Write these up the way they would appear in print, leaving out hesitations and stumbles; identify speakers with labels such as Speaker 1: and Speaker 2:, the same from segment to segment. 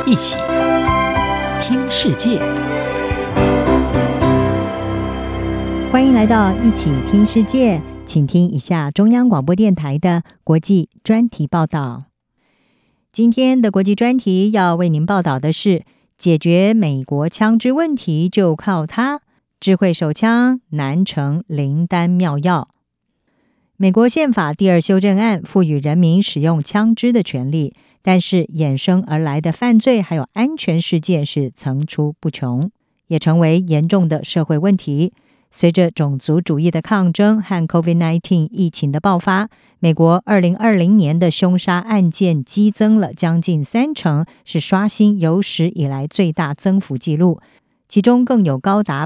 Speaker 1: 一起听世界。
Speaker 2: 欢迎来到一起听世界，请听一下中央广播电台的国际专题报道。今天的国际专题要为您报道的是，解决美国枪支问题就靠它，智慧手枪难成灵丹妙药。美国宪法第2修正案赋予人民使用枪支的权利，但是衍生而来的犯罪还有安全事件是层出不穷，也成为严重的社会问题。随着种族主义的抗争和 COVID-19 疫情的爆发，美国2020年的凶杀案件激增了将近30%，是刷新有史以来最大增幅纪录。其中更有高达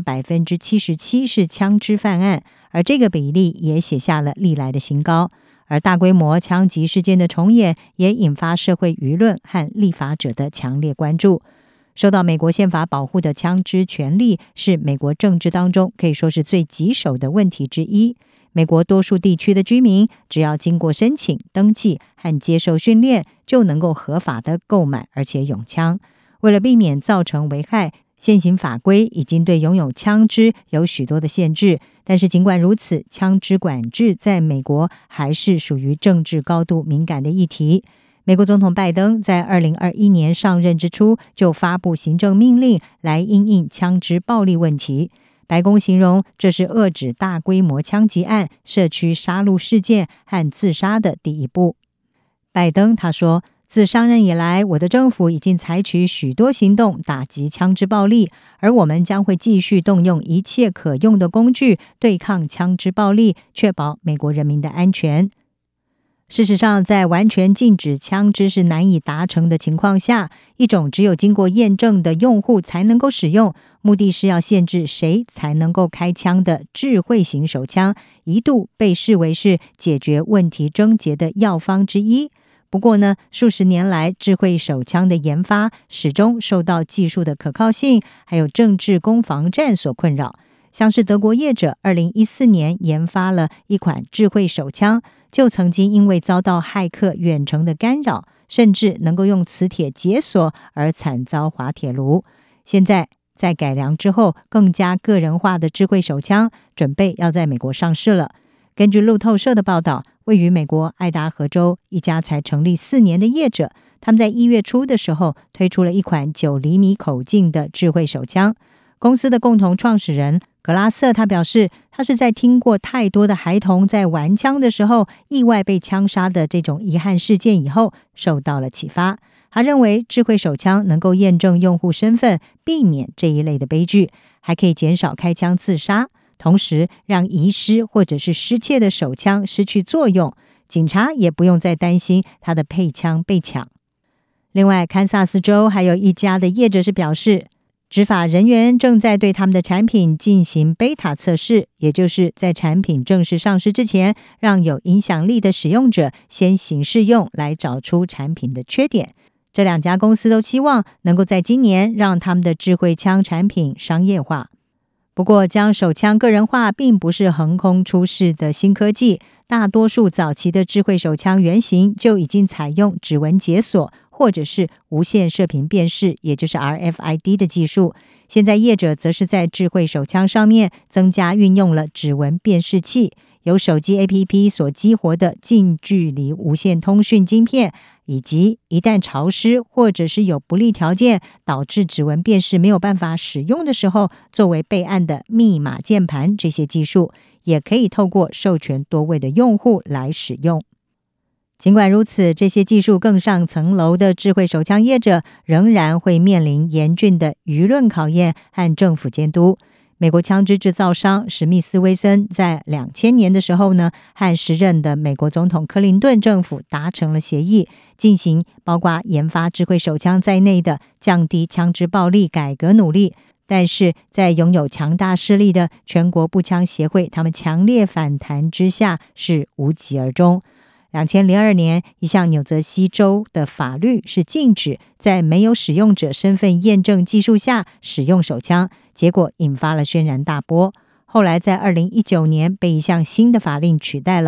Speaker 2: 77% 是枪支犯案，而这个比例也写下了历来的新高。而大规模枪击事件的重演也引发社会舆论和立法者的强烈关注。受到美国宪法保护的枪支权利是美国政治当中可以说是最棘手的问题之一。美国多数地区的居民只要经过申请、登记和接受训练，就能够合法的购买而且拥枪。为了避免造成危害，现行法规已经对拥有枪支有许多的限制，但是尽管如此，枪支管制在美国还是属于政治高度敏感的议题。美国总统拜登在2021年上任之初就发布行政命令来因应枪支暴力问题。白宫形容这是遏止大规模枪击案、社区杀戮事件和自杀的第一步。拜登他说，自上任以来，我的政府已经采取许多行动打击枪支暴力，而我们将会继续动用一切可用的工具对抗枪支暴力，确保美国人民的安全。事实上，在完全禁止枪支是难以达成的情况下，一种只有经过验证的用户才能够使用，目的是要限制谁才能够开枪的智慧型手枪，一度被视为是解决问题症结的药方之一。不过呢，数十年来，智慧手枪的研发始终受到技术的可靠性还有政治攻防战所困扰。像是德国业者2014年研发了一款智慧手枪，就曾经因为遭到骇客远程的干扰，甚至能够用磁铁解锁而惨遭滑铁卢。现在在改良之后，更加个人化的智慧手枪准备要在美国上市了。根据路透社的报道，位于美国爱达荷州一家才成立4年的业者，他们在1月初的时候推出了一款9厘米口径的智慧手枪。公司的共同创始人格拉瑟他表示，他是在听过太多的孩童在玩枪的时候意外被枪杀的这种遗憾事件以后，受到了启发。他认为智慧手枪能够验证用户身份，避免这一类的悲剧，还可以减少开枪自杀，同时让遗失或者是失窃的手枪失去作用，警察也不用再担心他的配枪被抢。另外，堪萨斯州还有一家的业者是表示，执法人员正在对他们的产品进行贝塔测试，也就是在产品正式上市之前，让有影响力的使用者先行试用，来找出产品的缺点。这2家公司都期望能够在今年让他们的智慧枪产品商业化。不过，将手枪个人化并不是横空出世的新科技，大多数早期的智慧手枪原型就已经采用指纹解锁或者是无线射频辨识，也就是 RFID 的技术。现在业者则是在智慧手枪上面增加运用了指纹辨识器，由手机 APP 所激活的近距离无线通讯晶片，以及一旦潮湿或者是有不利条件导致指纹辨识没有办法使用的时候，作为备案的密码键盘，这些技术也可以透过授权多位的用户来使用。尽管如此，这些技术更上层楼的智慧手枪业者仍然会面临严峻的舆论考验和政府监督。美国枪支制造商史密斯威森在2000年的时候呢，和时任的美国总统克林顿政府达成了协议，进行包括研发智慧手枪在内的降低枪支暴力改革努力。但是在拥有强大势力的全国步枪协会，他们强烈反弹之下是无疾而终。2002年，一项纽泽西州的法律是禁止在没有使用者身份验证技术下使用手枪，结果引发了轩然大波。后来在2019年被一项新的法令取代了。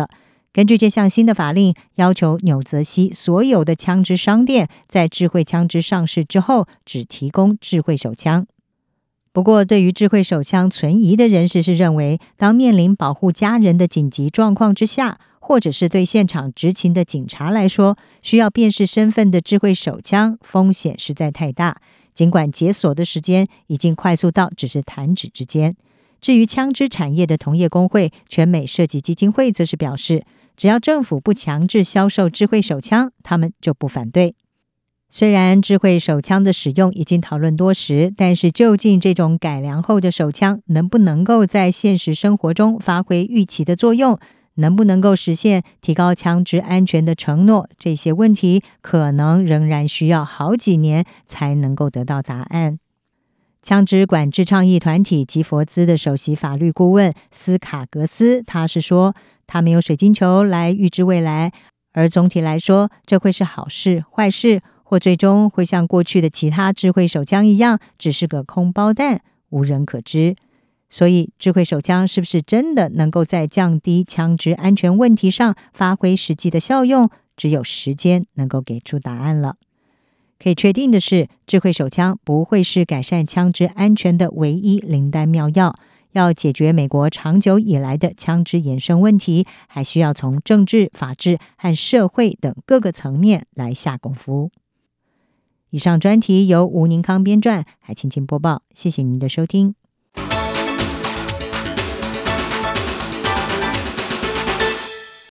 Speaker 2: 根据这项新的法令，要求纽泽西所有的枪支商店在智慧枪支上市之后，只提供智慧手枪。不过，对于智慧手枪存疑的人士是认为，当面临保护家人的紧急状况之下，或者是对现场执勤的警察来说，需要辨识身份的智慧手枪风险实在太大。尽管解锁的时间已经快速到只是弹指之间。至于枪支产业的同业工会全美射击基金会则是表示，只要政府不强制销售智慧手枪，他们就不反对。虽然智慧手枪的使用已经讨论多时，但是究竟这种改良后的手枪能不能够在现实生活中发挥预期的作用，能不能够实现提高枪支安全的承诺，这些问题可能仍然需要好几年才能够得到答案。枪支管制倡议团体吉佛兹的首席法律顾问斯卡格斯，他是说，他没有水晶球来预知未来，而总体来说，这会是好事、坏事，或最终会像过去的其他智慧手枪一样，只是个空包弹，无人可知。所以，智慧手枪是不是真的能够在降低枪支安全问题上发挥实际的效用，只有时间能够给出答案了。可以确定的是，智慧手枪不会是改善枪支安全的唯一灵丹妙药。要解决美国长久以来的枪支衍生问题，还需要从政治、法治和社会等各个层面来下功夫。以上专题由吴宁康编撰，海清清播报，谢谢您的收听。